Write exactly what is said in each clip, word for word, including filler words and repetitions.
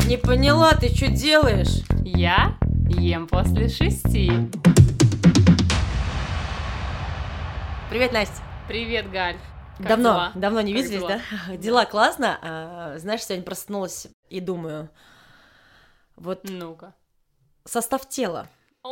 Не поняла, ты что делаешь? Я ем после шести. Привет, Настя. Привет, Галь. Как давно, дела? давно не Как виделись, дела? да? Дела классно. А, знаешь, сегодня проснулась и думаю, вот Ну-ка. состав тела.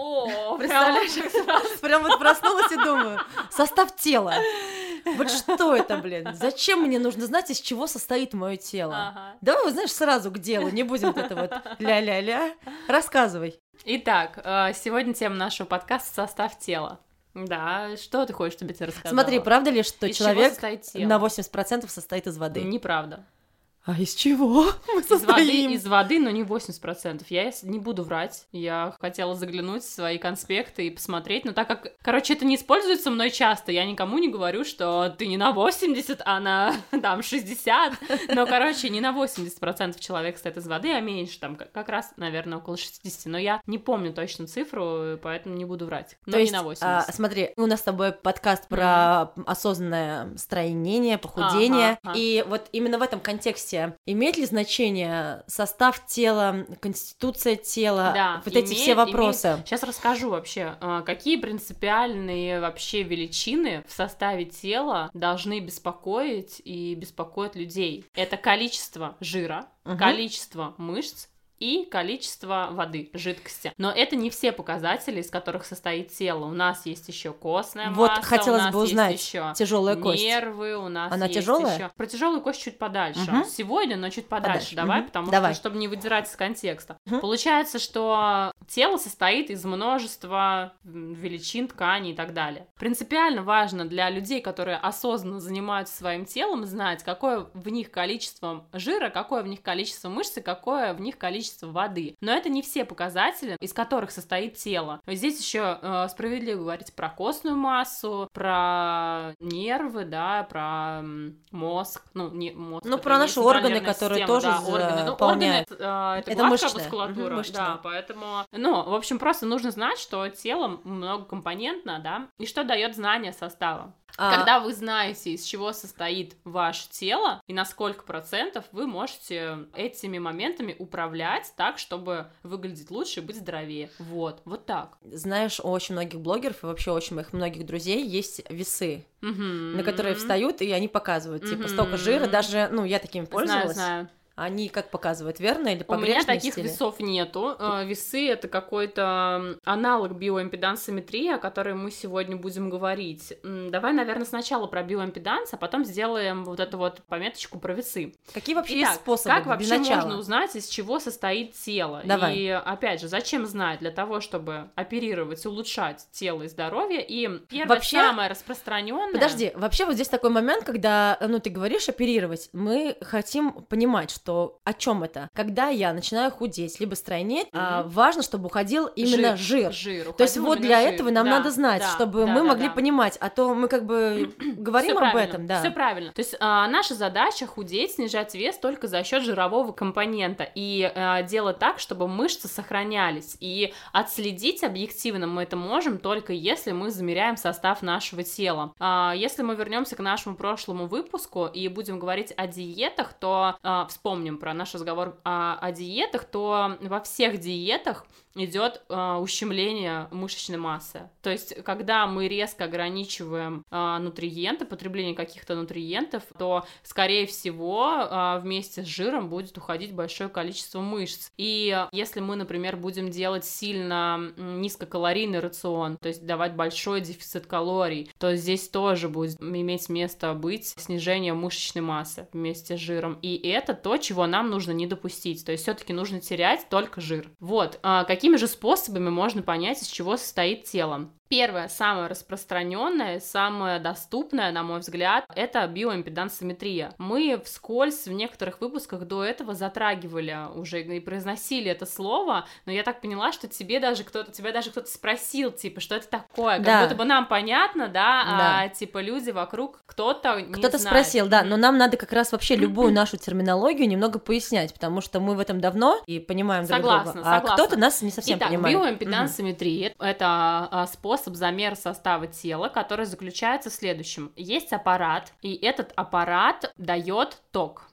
О, Представляешь? Прям вот проснулась и думаю, состав тела. Вот что это, блин? Зачем мне нужно знать, из чего состоит мое тело? Ага. Давай, вот, знаешь, сразу к делу, не будем вот это вот ля-ля-ля. Рассказывай. Итак, э, сегодня тема нашего подкаста — состав тела. Да, что ты хочешь, чтобы я тебе рассказала? Смотри, правда ли, что Из чего человек состоит тело? на восемьдесят процентов состоит из воды? Неправда. А из чего мы Из воды, состоим? из воды, но не восемьдесят процентов. Я не буду врать. Я хотела заглянуть в свои конспекты и посмотреть, но так как, короче, это не используется мной часто, я никому не говорю, что ты не на восемьдесят, а на, там, шестьдесят. Но, короче, не на восемьдесят процентов человек состоит из воды, а меньше, там, как раз, наверное, около шестьдесят. Но я не помню точно цифру, поэтому не буду врать. Но То не есть, на восемьдесят. А, смотри, у нас с тобой подкаст про осознанное стройнение, похудение, Ага, ага. и вот именно в этом контексте имеет ли значение состав тела, конституция тела, Да, вот эти имеет- все вопросы? имеет. Сейчас расскажу вообще, а, какие принципиальные вообще величины в составе тела должны беспокоить и беспокоят людей. Это количество жира, Мгм. количество мышц и количество воды, жидкости. Но это не все показатели, из которых состоит тело. У нас есть еще костная Вот масса, хотелось у нас бы есть узнать, еще тяжелая кость. нервы, у нас Она есть тяжелая? еще... Про тяжелую кость чуть подальше. Мгм. Сегодня, но чуть подальше. Подальше. Давай, Мгм. потому Давай. что, чтобы не выдирать из контекста. Мгм. Получается, что тело состоит из множества м, величин, тканей и так далее. Принципиально важно для людей, которые осознанно занимаются своим телом, знать, какое в них количество жира, какое в них количество мышц и какое в них количество воды. Но это не все показатели, из которых состоит тело. Здесь еще э, справедливо говорить про костную массу, про нервы, да, про м, мозг, ну, не мозг. Ну, это про не наши центральная органы, нервная которые система, тоже да, органы. Ну, заполняют. органы, э, это, Это гладкая мышечная. мускулатура, Мгм, мышечная. да, поэтому, ну, в общем, просто нужно знать, что тело многокомпонентно, да, и что дает знание состава. А, Когда вы знаете, из чего состоит ваше тело и на сколько процентов, вы можете этими моментами управлять так, чтобы выглядеть лучше и быть здоровее. Вот, вот так. знаешь, у очень многих блогеров и вообще у очень моих многих друзей есть весы, Мгм. на которые встают, и они показывают, типа, Мгм. столько жира, даже, ну, я такими Знаю, пользовалась. знаю. Они как показывают, верно или У меня погрешность? таких или- весов нету. Э, Весы — это какой-то аналог биоимпедансометрии, о которой мы сегодня будем говорить. М, Давай, наверное, сначала про биоимпеданс, а потом сделаем вот эту вот пометочку про весы. Какие вообще Итак, есть способы как для вообще начала? можно узнать, из чего состоит тело? Давай. И, опять же, зачем знать? Для того, чтобы оперировать, улучшать тело и здоровье. И первое, Вообще- самое распространенное... Подожди, вообще вот здесь такой момент, когда, ну, ты говоришь оперировать, мы хотим понимать, что о чем это. Когда я начинаю худеть, либо стройнеть, а, важно, чтобы уходил именно жир. Жир. То есть уходил вот именно для жир. этого нам Да, надо знать, да, чтобы да, мы да, могли да. понимать, а то мы как бы говорим Всё об правильно, этом, да. Все правильно. То есть а, наша задача худеть, снижать вес только за счет жирового компонента и а, делать так, чтобы мышцы сохранялись. И отследить объективно мы это можем только если мы замеряем состав нашего тела. А, если мы вернемся к нашему прошлому выпуску и будем говорить о диетах, то а, вспомним про наш разговор о, о диетах, то во всех диетах идет э, ущемление мышечной массы. То есть, когда мы резко ограничиваем э, нутриенты, потребление каких-то нутриентов, то, скорее всего, э, вместе с жиром будет уходить большое количество мышц. И э, если мы, например, будем делать сильно м, низкокалорийный рацион, то есть давать большой дефицит калорий, то здесь тоже будет иметь место быть снижение мышечной массы вместе с жиром. И это то, чего нам нужно не допустить. То есть, все-таки нужно терять только жир. Вот. А какими же способами можно понять, из чего состоит тело? Первое, самое распространенное, самое доступное, на мой взгляд, это биоимпедансометрия. Мы вскользь в некоторых выпусках до этого затрагивали уже и произносили это слово, но я так поняла, что тебе даже кто-то, тебя даже кто-то спросил, типа, что это такое, как Да. будто бы нам понятно, да, Да. а типа люди вокруг кто-то не Кто-то знает. спросил, да, но нам надо как раз вообще любую нашу терминологию немного пояснять, потому что мы в этом давно и понимаем друг Согласна, друга, а согласна. кто-то нас не совсем Итак, понимает. биоимпедансометрия — это а, способ замера состава тела, который заключается в следующем. Есть аппарат, и этот аппарат дает ток.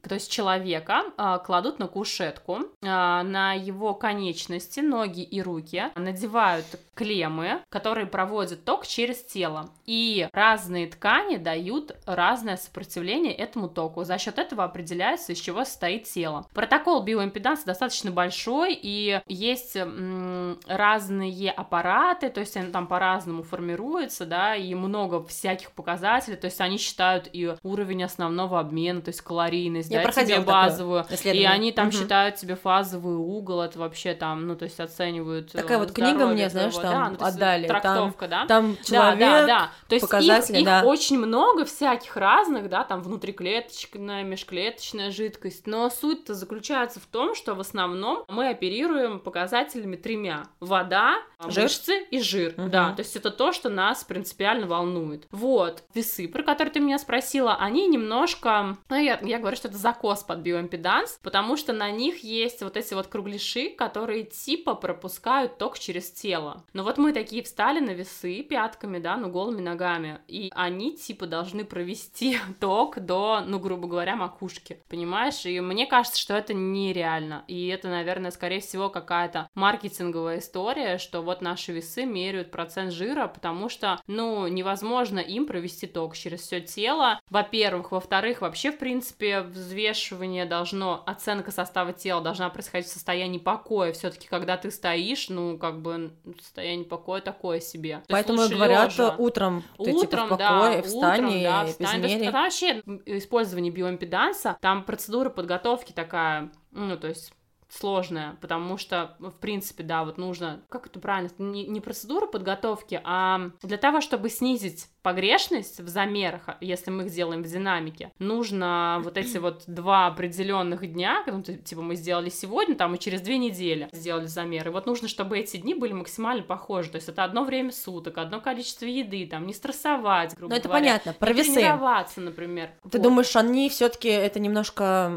То есть человека а, кладут на кушетку, а, на его конечности, ноги и руки надевают клеммы, которые проводят ток через тело. И разные ткани дают разное сопротивление этому току. За счет этого определяется, из чего состоит тело. Протокол биоимпеданса достаточно большой, и есть м, разные аппараты, то есть они там по-разному формируются, да, и много всяких показателей, то есть они считают и уровень основного обмена, то есть калорийность, Я да, тебе базовую, и они там угу. считают тебе фазовый угол, это вообще там, ну, то есть оценивают такая вот книга мне, знаешь, твоего, там да, ну, отдали, трактовка, там, да? там человек, да, да, да. То есть показатели, их, да. их очень много всяких разных, да, там внутриклеточная, межклеточная жидкость, но суть-то заключается в том, что в основном мы оперируем показателями тремя: вода, жир? мышцы и жир, угу. да, то есть это то, что нас принципиально волнует. Вот, весы, про которые ты меня спросила, они немножко, ну, я, я говорю, что это закос под биоимпеданс, потому что на них есть вот эти вот кругляши, которые типа пропускают ток через тело. Но вот мы такие встали на весы пятками, да, ну, голыми ногами, и они типа должны провести ток до, ну, грубо говоря, макушки, понимаешь? И мне кажется, что это нереально, и это, наверное, скорее всего какая-то маркетинговая история, что вот наши весы меряют процент жира, потому что, ну, невозможно им провести ток через все тело, во-первых, во-вторых, вообще, в принципе, взвешивание должно, оценка состава тела должна происходить в состоянии покоя, все-таки, когда ты стоишь, ну, как бы, состояние покоя такое себе. Поэтому и говорят, лежа. утром ты утром, типа в да, покое, встань утром, и да, встань. измери. То есть, вообще, использование биоимпеданса, там процедура подготовки такая, ну, то есть сложная, потому что, в принципе, да, вот нужно, как это правильно, не, не процедура подготовки, а для того, чтобы снизить погрешность в замерах, если мы их делаем в динамике, нужно вот эти вот два определенных дня, ну, типа мы сделали сегодня, там, и через две недели сделали замеры, вот нужно, чтобы эти дни были максимально похожи, то есть это одно время суток, одно количество еды, там, не стрессовать, грубо ну, это говоря, понятно, про не весы. тренироваться, например. Ты вот. думаешь, они все-таки это немножко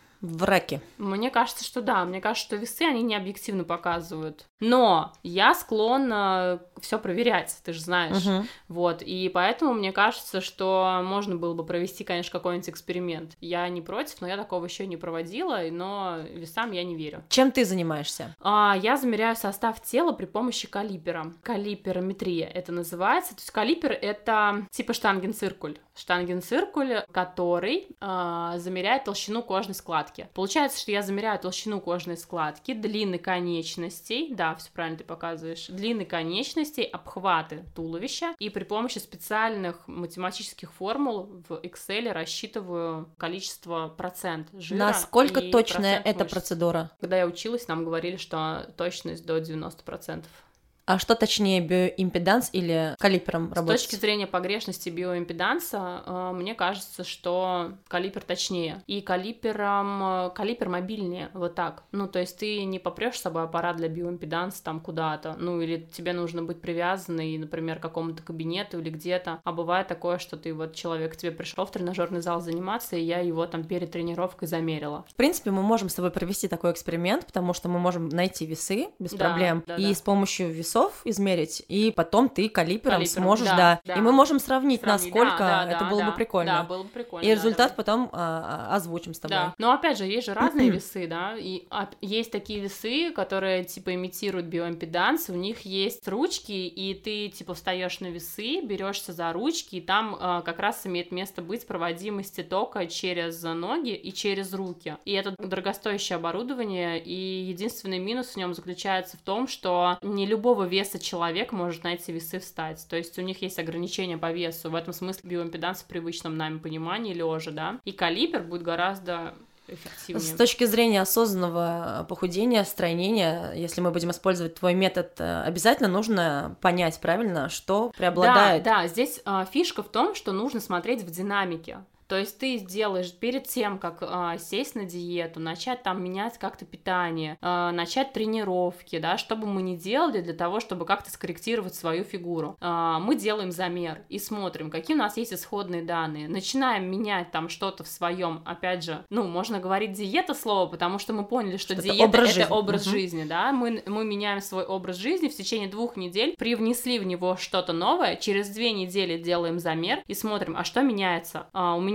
в раке? Мне кажется, что да. Мне кажется, что весы, они не объективно показывают. Но я склонна все проверять, ты же знаешь. Угу. Вот. И поэтому мне кажется, что можно было бы провести, конечно, какой-нибудь эксперимент. Я не против, но я такого еще не проводила, но весам я не верю. Чем ты занимаешься? А, я замеряю состав тела при помощи калипера. Калиперометрия это называется. То есть калипер — это типа штангенциркуль. Штангенциркуль, который а, замеряет толщину кожной складки. Получается, что я замеряю толщину кожной складки, длины конечностей, да, все правильно ты показываешь, длины конечностей, обхваты туловища, и при помощи специальных математических формул в Excel рассчитываю количество процент жира. Насколько и точная процент эта мышц. процедура? Когда я училась, нам говорили, что точность до девяносто процентов. А что точнее, биоимпеданс или калипером работать? С точки зрения погрешности биоимпеданса, э, мне кажется, что калипер точнее. И калипером, калипер мобильнее, вот так. Ну, то есть ты не попрёшь с собой аппарат для биоимпеданса там куда-то, ну, или тебе нужно быть привязанной, например, к какому-то кабинету или где-то. А бывает такое, что ты вот человек к тебе пришел в тренажерный зал заниматься, и я его там перед тренировкой замерила. В принципе, мы можем с тобой провести такой эксперимент, потому что мы можем найти весы без да, проблем, да, и да. с помощью весов измерить, и потом ты калипером, калипером сможешь, да, да. да. И мы можем сравнить, Сравнить. насколько да, да, это да, было да. бы прикольно. Да, было бы прикольно. И результат да, потом а, озвучим с тобой. Да. Но опять же, есть же разные весы, да, и а, есть такие весы, которые типа имитируют биоимпеданс, у них есть ручки, и ты типа встаешь на весы, берешься за ручки, и там а, как раз имеет место быть проводимости тока через ноги и через руки. И это дорогостоящее оборудование, и единственный минус в нем заключается в том, что не любого веса человек может на эти весы встать. То есть у них есть ограничения по весу. В этом смысле биоимпеданс в привычном нами понимании лежа, да. И калипер будет гораздо эффективнее. С точки зрения осознанного похудения, стройнения, если мы будем использовать твой метод, обязательно нужно понять правильно, что преобладает. Да, да, здесь а, фишка в том, что нужно смотреть в динамике. То есть ты сделаешь перед тем, как э, сесть на диету, начать там менять как-то питание, э, начать тренировки, да, что бы мы ни делали для того, чтобы как-то скорректировать свою фигуру. Э, мы делаем замер и смотрим, какие у нас есть исходные данные. Начинаем менять там что-то в своем, опять же, ну, можно говорить диета слово, потому что мы поняли, что, что диета — образ это жизни. образ угу. жизни, да, мы, мы меняем свой образ жизни в течение двух недель, привнесли в него что-то новое, через две недели делаем замер и смотрим, а что меняется. Э, у меня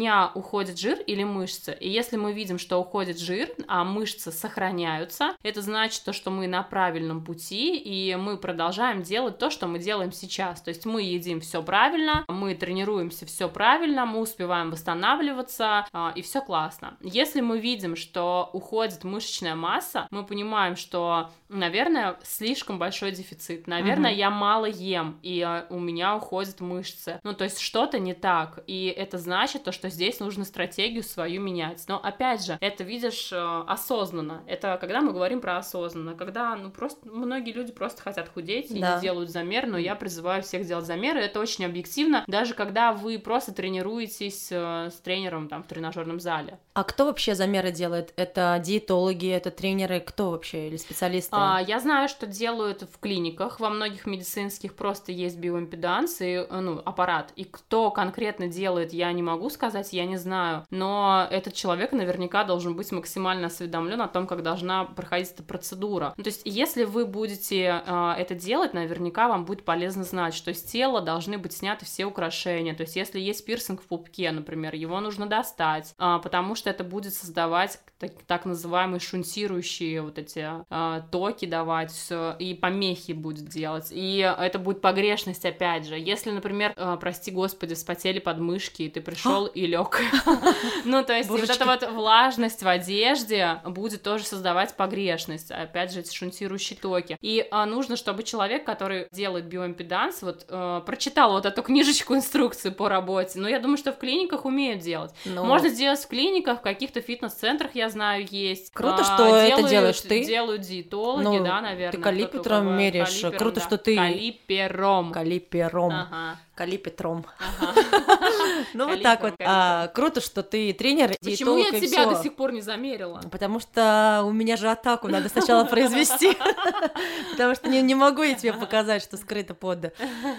меня уходит жир или мышцы. И если мы видим, что уходит жир, а мышцы сохраняются, это значит то, что мы на правильном пути, и мы продолжаем делать то, что мы делаем сейчас. То есть мы едим все правильно, мы тренируемся все правильно, мы успеваем восстанавливаться, и все классно. Если мы видим, что уходит мышечная масса, мы понимаем, что, наверное, слишком большой дефицит, наверное, угу. я мало ем, и у меня уходят мышцы. Ну, то есть что-то не так, и это значит то, что здесь нужно стратегию свою менять. Но, опять же, это, видишь, осознанно. Это когда мы говорим про осознанно, когда, ну, просто многие люди просто хотят худеть и да. не делают замер, но я призываю всех делать замеры, это очень объективно, даже когда вы просто тренируетесь с тренером там в тренажерном зале. А кто вообще замеры делает? Это диетологи, это тренеры, кто вообще, или специалисты? А, я знаю, что делают в клиниках, во многих медицинских просто есть биоимпеданс и, ну, аппарат, и кто конкретно делает, я не могу сказать, я не знаю, но этот человек наверняка должен быть максимально осведомлен о том, как должна проходить эта процедура. Ну, то есть, если вы будете э, это делать, наверняка вам будет полезно знать, что с тела должны быть сняты все украшения, то есть, если есть пирсинг в пупке, например, его нужно достать, э, потому что это будет создавать так, так называемые шунтирующие вот эти э, токи давать, и помехи будет делать, и это будет погрешность, опять же. Если, например, э, прости господи, вспотели подмышки, и ты пришел и лег. Ну, то есть, вот эта вот влажность в одежде будет тоже создавать погрешность, опять же, эти шунтирующие токи. И нужно, чтобы человек, который делает биоимпеданс, вот прочитал вот эту книжечку, инструкцию по работе. Но я думаю, что в клиниках умеют делать. Можно сделать в клиниках, в каких-то фитнес-центрах, я знаю, есть. Круто, что это делаешь ты. Делают диетологи, да, наверное. Ты калипером меряешь. Круто, что ты... Калипером. Калипером. Ага. Калипетром. Ага. Ну, вот так вот. А, круто, что ты тренер, Почему диетолог, я и тебя всё. до сих пор не замерила? Потому что у меня же атаку надо сначала произвести. Потому что не, не могу я тебе показать, что скрыто под.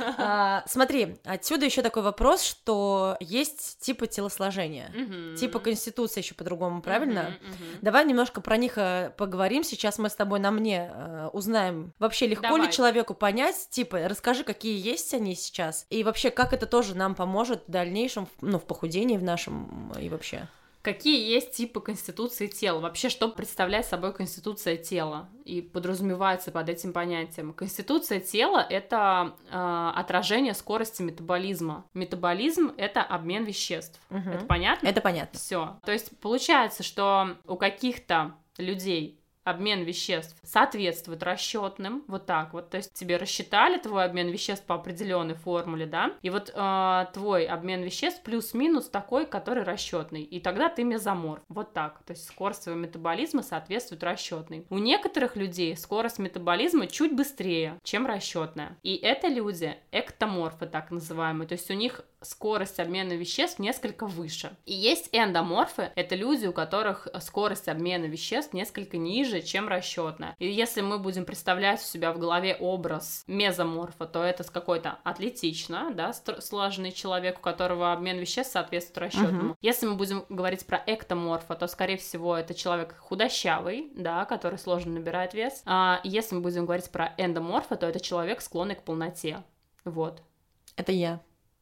А, смотри, отсюда еще такой вопрос, что есть типы телосложения. Угу. Типа конституция еще по-другому, правильно? Угу, угу. Давай немножко про них поговорим. Сейчас мы с тобой на мне э, узнаем, вообще легко Давай. ли человеку понять, типа, расскажи, какие есть они сейчас, и вообще, как это тоже нам поможет в дальнейшем, ну, в похудении в нашем и вообще. Какие есть типы конституции тела? Вообще, что представляет собой конституция тела? И подразумевается под этим понятием. Конституция тела — это э, отражение скорости метаболизма. Метаболизм — это обмен веществ. Угу. Это понятно? Это понятно. Все. То есть получается, что у каких-то людей обмен веществ соответствует расчетным, вот так вот, то есть тебе рассчитали твой обмен веществ по определенной формуле, да, и вот э, твой обмен веществ плюс-минус такой, который расчетный, и тогда ты мезоморф, вот так, то есть скорость своего метаболизма соответствует расчетной. У некоторых людей скорость метаболизма чуть быстрее, чем расчетная, и это люди эктоморфы, так называемые, то есть у них скорость обмена веществ несколько выше. И есть эндоморфы, это люди, у которых скорость обмена веществ несколько ниже, чем расчетная. И если мы будем представлять у себя в голове образ мезоморфа, то это какой-то атлетично, да, сложный человек, у которого обмен веществ соответствует расчетному. Uh-huh. Если мы будем говорить про эктоморфа, то, скорее всего, это человек худощавый, да, который сложно набирает вес. А если мы будем говорить про эндоморфа, то это человек, склонный к полноте. Вот. Это я.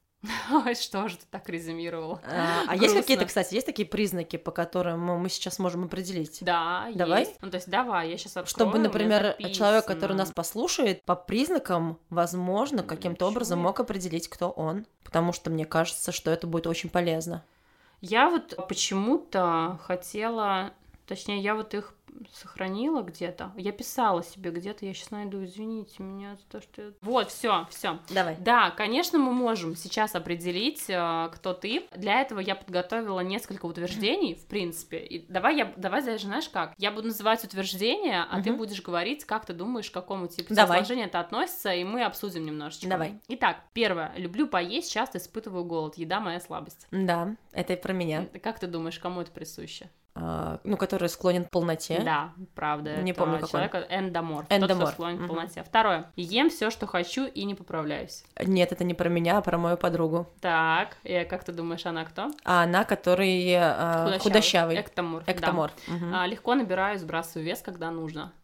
Ой, что же ты так резюмировала? А, а есть какие-то, кстати, есть такие признаки, по которым мы сейчас можем определить? Да, давай. Есть. Ну, то есть давай, я сейчас открою. Чтобы, например, человек, который нас послушает, по признакам, возможно, каким-то образом мог определить, кто он. Потому что мне кажется, что это будет очень полезно. Я вот почему-то хотела... Точнее, я вот их сохранила где-то. Я писала себе где-то, я сейчас найду, извините меня за то, что... Я... Вот, все, все. Давай. Да, конечно, мы можем сейчас определить, кто ты. Для этого я подготовила несколько утверждений, в принципе. И давай, я, давай даже, знаешь как, я буду называть утверждения, а угу. ты будешь говорить, как ты думаешь, к какому типу телосложения это относится, и мы обсудим немножечко. Давай. Итак, первое. Люблю поесть, часто испытываю голод. Еда — моя слабость. Да, это и про меня. Как ты думаешь, кому это присуще? Uh, ну, который склонен к полноте. Да, правда. Не это помню, какой. Человек эндоморф. Эндоморф. Тот, кто склонен uh-huh. к полноте. Второе. Ем все, что хочу, и не поправляюсь. Нет, это не про меня, а про мою подругу. Так, и как ты думаешь, она кто? А она, который uh, худощавый. Эктоморф. Эктоморф. Да. Uh-huh. А, легко набираю, сбрасываю вес, когда нужно.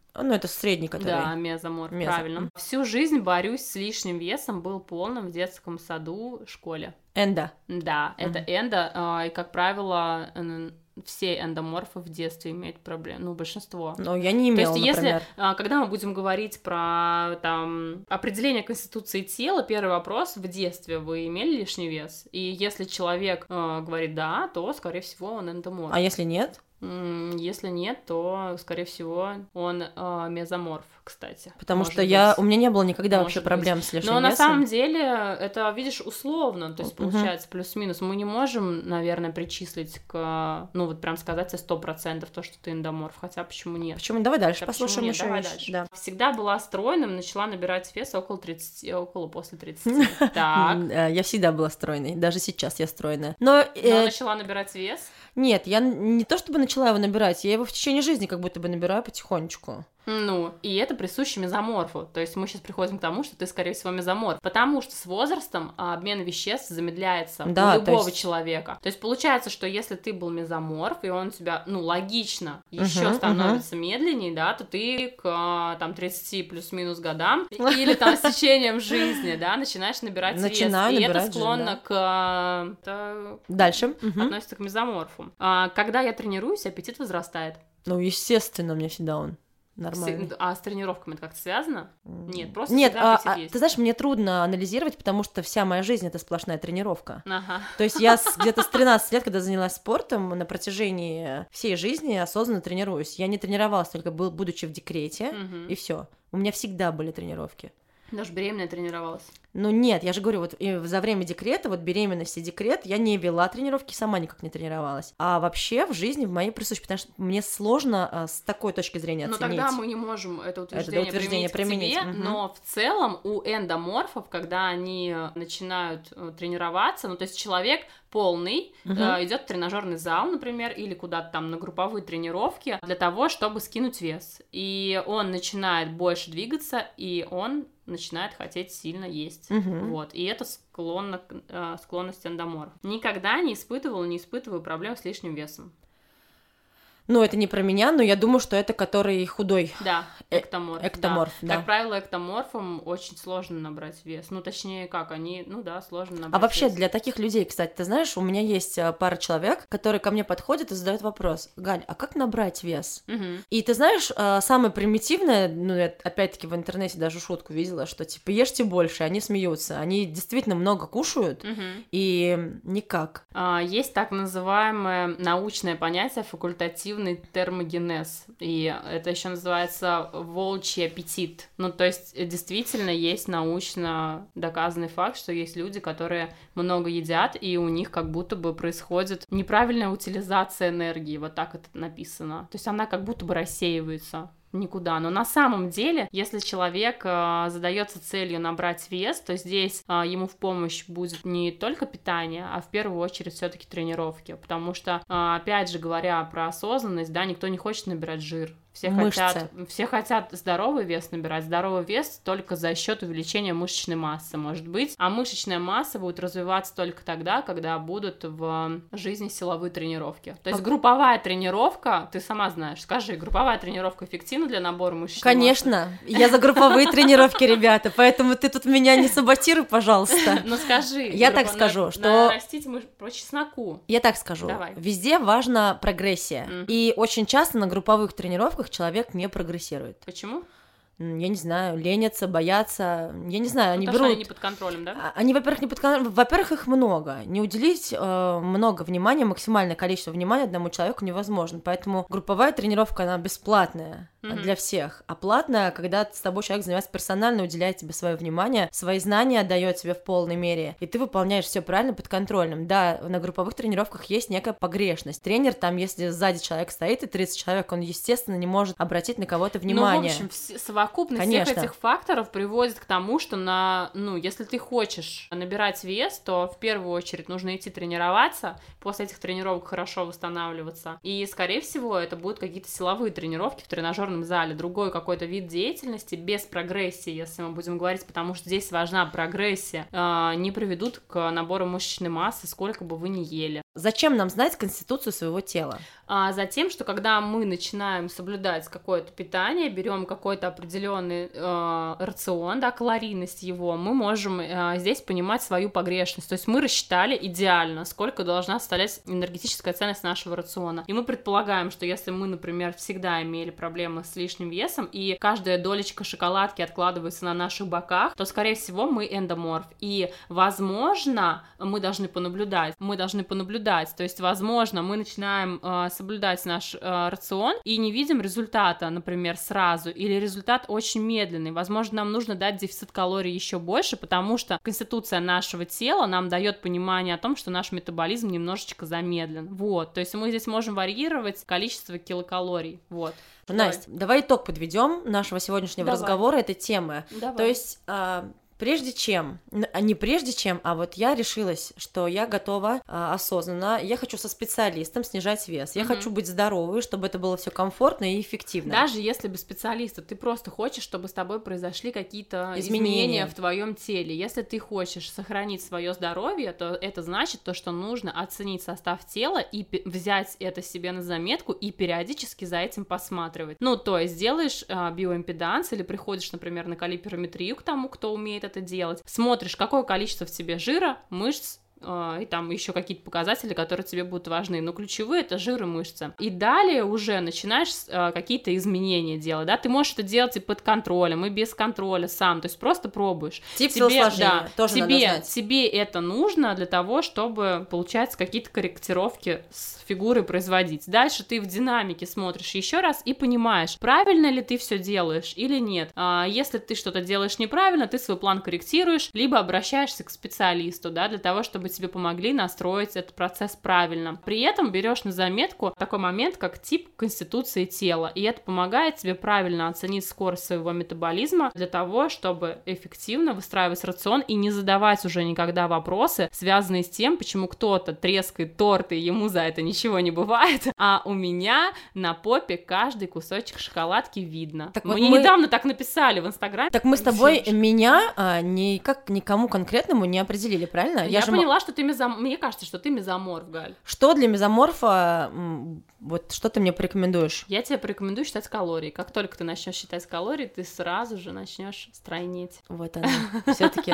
Ну, это средний, который... Да, мезоморф, Мезо. правильно. Всю жизнь борюсь с лишним весом, был полным в детском саду, школе. Эндо. Да, Мгм. это эндо, а, и, как правило, н- все эндоморфы в детстве имеют проблемы, ну, большинство. Ну, я не То имела, есть, если, например. а, когда мы будем говорить про там определение конституции тела, первый вопрос: в детстве вы имели лишний вес? И если человек а, говорит да, то, скорее всего, он эндоморф. А если нет? М, Если нет, то, скорее всего, он а, мезоморф, кстати. Потому Может что я... быть. у меня не было никогда Может вообще быть. проблем с лишним Но на весом. самом деле это, видишь, условно, то есть Мгм. получается плюс-минус. Мы не можем, наверное, причислить к, ну вот прям сказать сто процентов то, что ты эндоморф, хотя почему нет? Почему? Давай дальше Да послушаем почему нет? еще Давай вещи. дальше. Да. Всегда была стройным, начала набирать вес около тридцати, около после тридцати. Так. М, э, Я всегда была стройной, даже сейчас я стройная. Но, Но э, начала набирать вес. нет, я н- не то чтобы начала его набирать, я его в течение жизни как будто бы набираю потихонечку. Ну, и это присуще мезоморфу. То есть мы сейчас приходим к тому, что ты, скорее всего, мезоморф. Потому что с возрастом а, обмен веществ замедляется Да, у то любого есть- человека. То есть получается, что если ты был мезоморф, и он у тебя, ну, логично, еще Мгм, становится медленнее, да, то ты к а, там тридцати плюс-минус годам или там с течением жизни, да, начинаешь набирать вес. Начинаю И это набирать же, склонно да. к... а, это Дальше. Мгм. относится к мезоморфу. А, когда я тренируюсь, аппетит возрастает. Ну, естественно, у меня всегда он нормальный. С- А с тренировками это как-то связано? Нет, просто Нет, всегда а, аппетит а, есть. ты знаешь, мне трудно анализировать, потому что вся моя жизнь — это сплошная тренировка. Ага. То есть я с- где-то с тринадцати лет, когда занялась спортом, на протяжении всей жизни осознанно тренируюсь. Я не тренировалась только был, будучи в декрете, Мгм. и все. У меня всегда были тренировки. Даже беременная тренировалась. Ну нет, я же говорю, вот и за время декрета, вот беременность и декрет, я не вела тренировки, сама никак не тренировалась. А вообще в жизни в моей присущей, потому что мне сложно а, с такой точки зрения Но оценить. тогда мы не можем это утверждение, утверждение применить, к применить, тебе, мгм. но в целом у эндоморфов, когда они начинают э, тренироваться, ну то есть человек полный, Мгм. э, идет в тренажерный зал, например, или куда-то там на групповые тренировки для того, чтобы скинуть вес. И он начинает больше двигаться, и он начинает хотеть сильно есть. Мгм. Вот. И это склонно, к- э, склонность эндоморф. Никогда не испытывала, не испытываю проблем с лишним весом. Ну, это не про меня, но я думаю, что это который худой. Да, Э, эктоморф. эктоморф, да. Как правило, эктоморфам очень сложно набрать вес. Ну, точнее, как, они, ну да, сложно набрать А вообще вес. для таких людей, кстати, ты знаешь, у меня есть а, пара человек, которые ко мне подходят и задают вопрос: Галь, а как набрать вес? Мгм. И ты знаешь, а, самое примитивное, ну, я опять-таки в интернете даже шутку видела, что типа ешьте больше, они смеются, они действительно много кушают, Мгм. и никак. А, Есть так называемое научное понятие факультативный термогенез, и это еще называется волчий аппетит. Ну, то есть, э, действительно есть научно доказанный факт, что есть люди, которые много едят, и у них как будто бы происходит неправильная утилизация энергии, вот так это написано. То есть она как будто бы рассеивается никуда. Но на самом деле, если человек э, задается целью набрать вес, то здесь э, ему в помощь будет не только питание, а в первую очередь все-таки тренировки. Потому что, э, опять же, говоря про осознанность, да, никто не хочет набирать жир. Все Мышцы. хотят, все хотят здоровый вес набирать. Здоровый вес только за счет увеличения мышечной массы, может быть. А мышечная масса будет развиваться только тогда, когда будут в жизни силовые тренировки. То есть А- групповая тренировка, ты сама знаешь, скажи, групповая тренировка эффективна для набора мышечной массы? Конечно, я за групповые тренировки, ребята, поэтому ты тут меня не саботируй, пожалуйста. Ну скажи. Я так группа- скажу, на- что- нарастить мыш- по чесноку. Я так скажу, Давай. везде важна прогрессия, Мгм. и очень часто на групповых тренировках человек не прогрессирует. Почему? М, Я не знаю, ленятся, боятся, я не знаю, они Потому что берут... они не под контролем, да? А- Они, во-первых, не под кон- во-первых, их много. Не уделить э, много внимания, максимальное количество внимания одному человеку невозможно. Поэтому групповая тренировка, она бесплатная Мгм. для всех. А платная, когда с тобой человек занимается персонально, уделяет тебе свое внимание, свои знания дает тебе в полной мере, и ты выполняешь все правильно под контролем. Да, на групповых тренировках есть некая погрешность. Тренер там, если сзади человек стоит и тридцать человек, он, естественно, не может обратить на кого-то внимание. Ну, в общем, все- совокупность Конечно. всех этих факторов приводит к тому, что на, ну, если ты хочешь набирать вес, то в первую очередь нужно идти тренироваться, после этих тренировок хорошо восстанавливаться, и, скорее всего, это будут какие-то силовые тренировки в тренажерном зале, другой какой-то вид деятельности без прогрессии, если мы будем говорить, потому что здесь важна прогрессия, э, не приведут к набору мышечной массы, сколько бы вы ни ели. зачем нам знать конституцию своего тела? А затем, что когда мы начинаем соблюдать какое-то питание, берем какой-то определенный э, рацион, да, калорийность его, мы можем э, здесь понимать свою погрешность. То есть мы рассчитали идеально, сколько должна составлять энергетическая ценность нашего рациона. И мы предполагаем, что если мы, например, всегда имели проблемы с лишним весом, и каждая долечка шоколадки откладывается на наших боках, то, скорее всего, мы эндоморф. И, возможно, мы должны понаблюдать, мы должны понаблюдать, то есть, возможно, мы начинаем э, соблюдать наш э, рацион и не видим результата, например, сразу, или результат очень медленный. Возможно, нам нужно дать дефицит калорий еще больше, потому что конституция нашего тела нам дает понимание о том, что наш метаболизм немножечко замедлен. Вот, то есть мы здесь можем варьировать количество килокалорий. Вот. Настя, давай, давай итог подведем нашего сегодняшнего давай. разговора этой темы. Давай. То есть а, прежде чем, не прежде чем, а вот я решилась, что я готова а, осознанно, я хочу со специалистом снижать вес, я mm-hmm. хочу быть здоровой, чтобы это было все комфортно и эффективно. Даже если без специалиста, ты просто хочешь, чтобы с тобой произошли какие-то изменения, изменения в твоем теле. Если ты хочешь сохранить свое здоровье, то это значит то, что нужно оценить состав тела и взять это себе на заметку и периодически за этим посматривать. Ну, то есть делаешь а, биоимпеданс или приходишь, например, на калиперометрию к тому, кто умеет это делать, смотришь, какое количество в тебе жира, мышц, и там еще какие-то показатели, которые тебе будут важны, но ключевые — это жир и мышцы. И далее уже начинаешь э, какие-то изменения делать, да, ты можешь это делать и под контролем, и без контроля сам, то есть просто пробуешь. Тип телосложения, да, тоже тебе, надо знать. Тебе это нужно для того, чтобы, получается, какие-то корректировки с фигурой производить. Дальше ты в динамике смотришь еще раз и понимаешь, правильно ли ты все делаешь или нет. А если ты что-то делаешь неправильно, ты свой план корректируешь, либо обращаешься к специалисту, да, для того, чтобы тебе помогли настроить этот процесс правильно. При этом берешь на заметку такой момент, как тип конституции тела, и это помогает тебе правильно оценить скорость своего метаболизма для того, чтобы эффективно выстраивать рацион и не задавать уже никогда вопросы, связанные с тем, почему кто-то трескает торт, и ему за это ничего не бывает, а у меня на попе каждый кусочек шоколадки видно. Так Мне вот мы... недавно так написали в Инстаграме. Так мы с тобой меня а, никак никому конкретному не определили, правильно? Я, Я же поняла, что ты мезом... Мне кажется, что ты мезоморф, Галь. Что для мезоморфа, вот что ты мне порекомендуешь? Я тебе порекомендую считать калории. Как только ты начнешь считать калории, ты сразу же начнешь стройнеть. Вот она. Все-таки.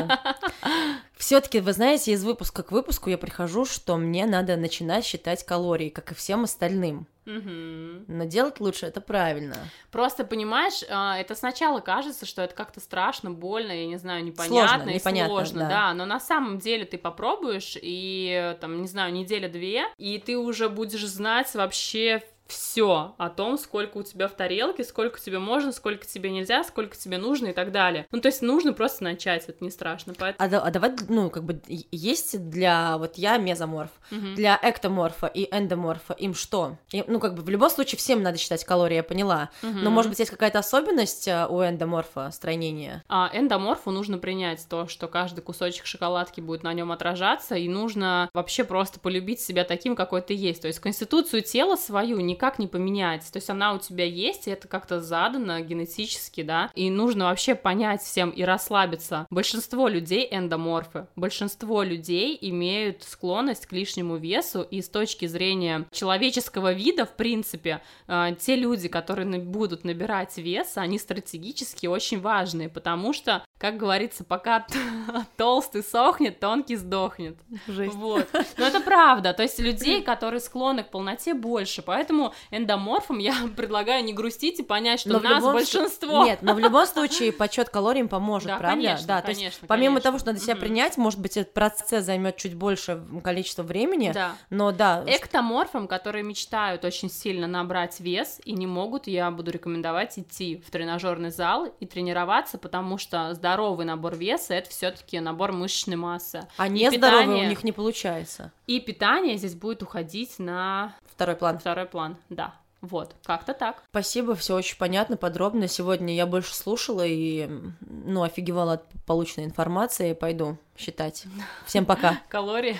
Все-таки, вы знаете, из выпуска к выпуску я прихожу, что мне надо начинать считать калории, как и всем остальным. Угу. Но делать лучше это правильно. Просто, понимаешь, это сначала кажется, что это как-то страшно, больно, я не знаю, непонятно сложно, и непонятно, сложно, да. да, но на самом деле ты попробуешь, и, там, не знаю, неделя-две, и ты уже будешь знать вообще все о том, сколько у тебя в тарелке, сколько тебе можно, сколько тебе нельзя, сколько тебе нужно и так далее. Ну, то есть нужно просто начать, это не страшно. Поэтому... А, а давай, ну, как бы, есть для, вот я мезоморф, угу. для эктоморфа и эндоморфа им что? И, ну, как бы, в любом случае всем надо считать калории, я поняла, угу. но, может быть, есть какая-то особенность у эндоморфа стройнения? А эндоморфу нужно принять то, что каждый кусочек шоколадки будет на нем отражаться, и нужно вообще просто полюбить себя таким, какой ты есть. То есть конституцию тела свою не никак не поменять, то есть она у тебя есть, и это как-то задано генетически, да, и нужно вообще понять всем и расслабиться. Большинство людей эндоморфы, большинство людей имеют склонность к лишнему весу, и с точки зрения человеческого вида, в принципе, э, те люди, которые на- будут набирать вес, они стратегически очень важные, потому что, как говорится, пока толстый сохнет, тонкий сдохнет. Жесть. Вот. Но это правда, то есть людей, которые склонны к полноте, больше, поэтому эндоморфам я предлагаю не грустить и понять, что но нас любом... большинство. Нет, но в любом случае подсчет калорий им поможет, да, правда? Конечно, да, конечно, то есть помимо конечно. того, что надо себя mm-hmm. принять, может быть, этот процесс займет чуть больше количества времени, да. но да. Эктоморфам, которые мечтают очень сильно набрать вес и не могут, я буду рекомендовать идти в тренажерный зал и тренироваться, потому что здоровый набор веса — это все-таки набор мышечной массы. А и нездоровый питание... у них не получается. И питание здесь будет уходить на второй план. Второй план, да. Вот, как-то так. Спасибо, все очень понятно, подробно. Сегодня я больше слушала и, ну, офигевала от полученной информации. Пойду считать. Всем пока. Калории.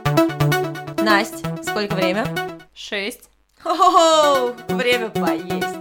Настя, сколько время? Шесть. Хо-хо-хо! Время поесть.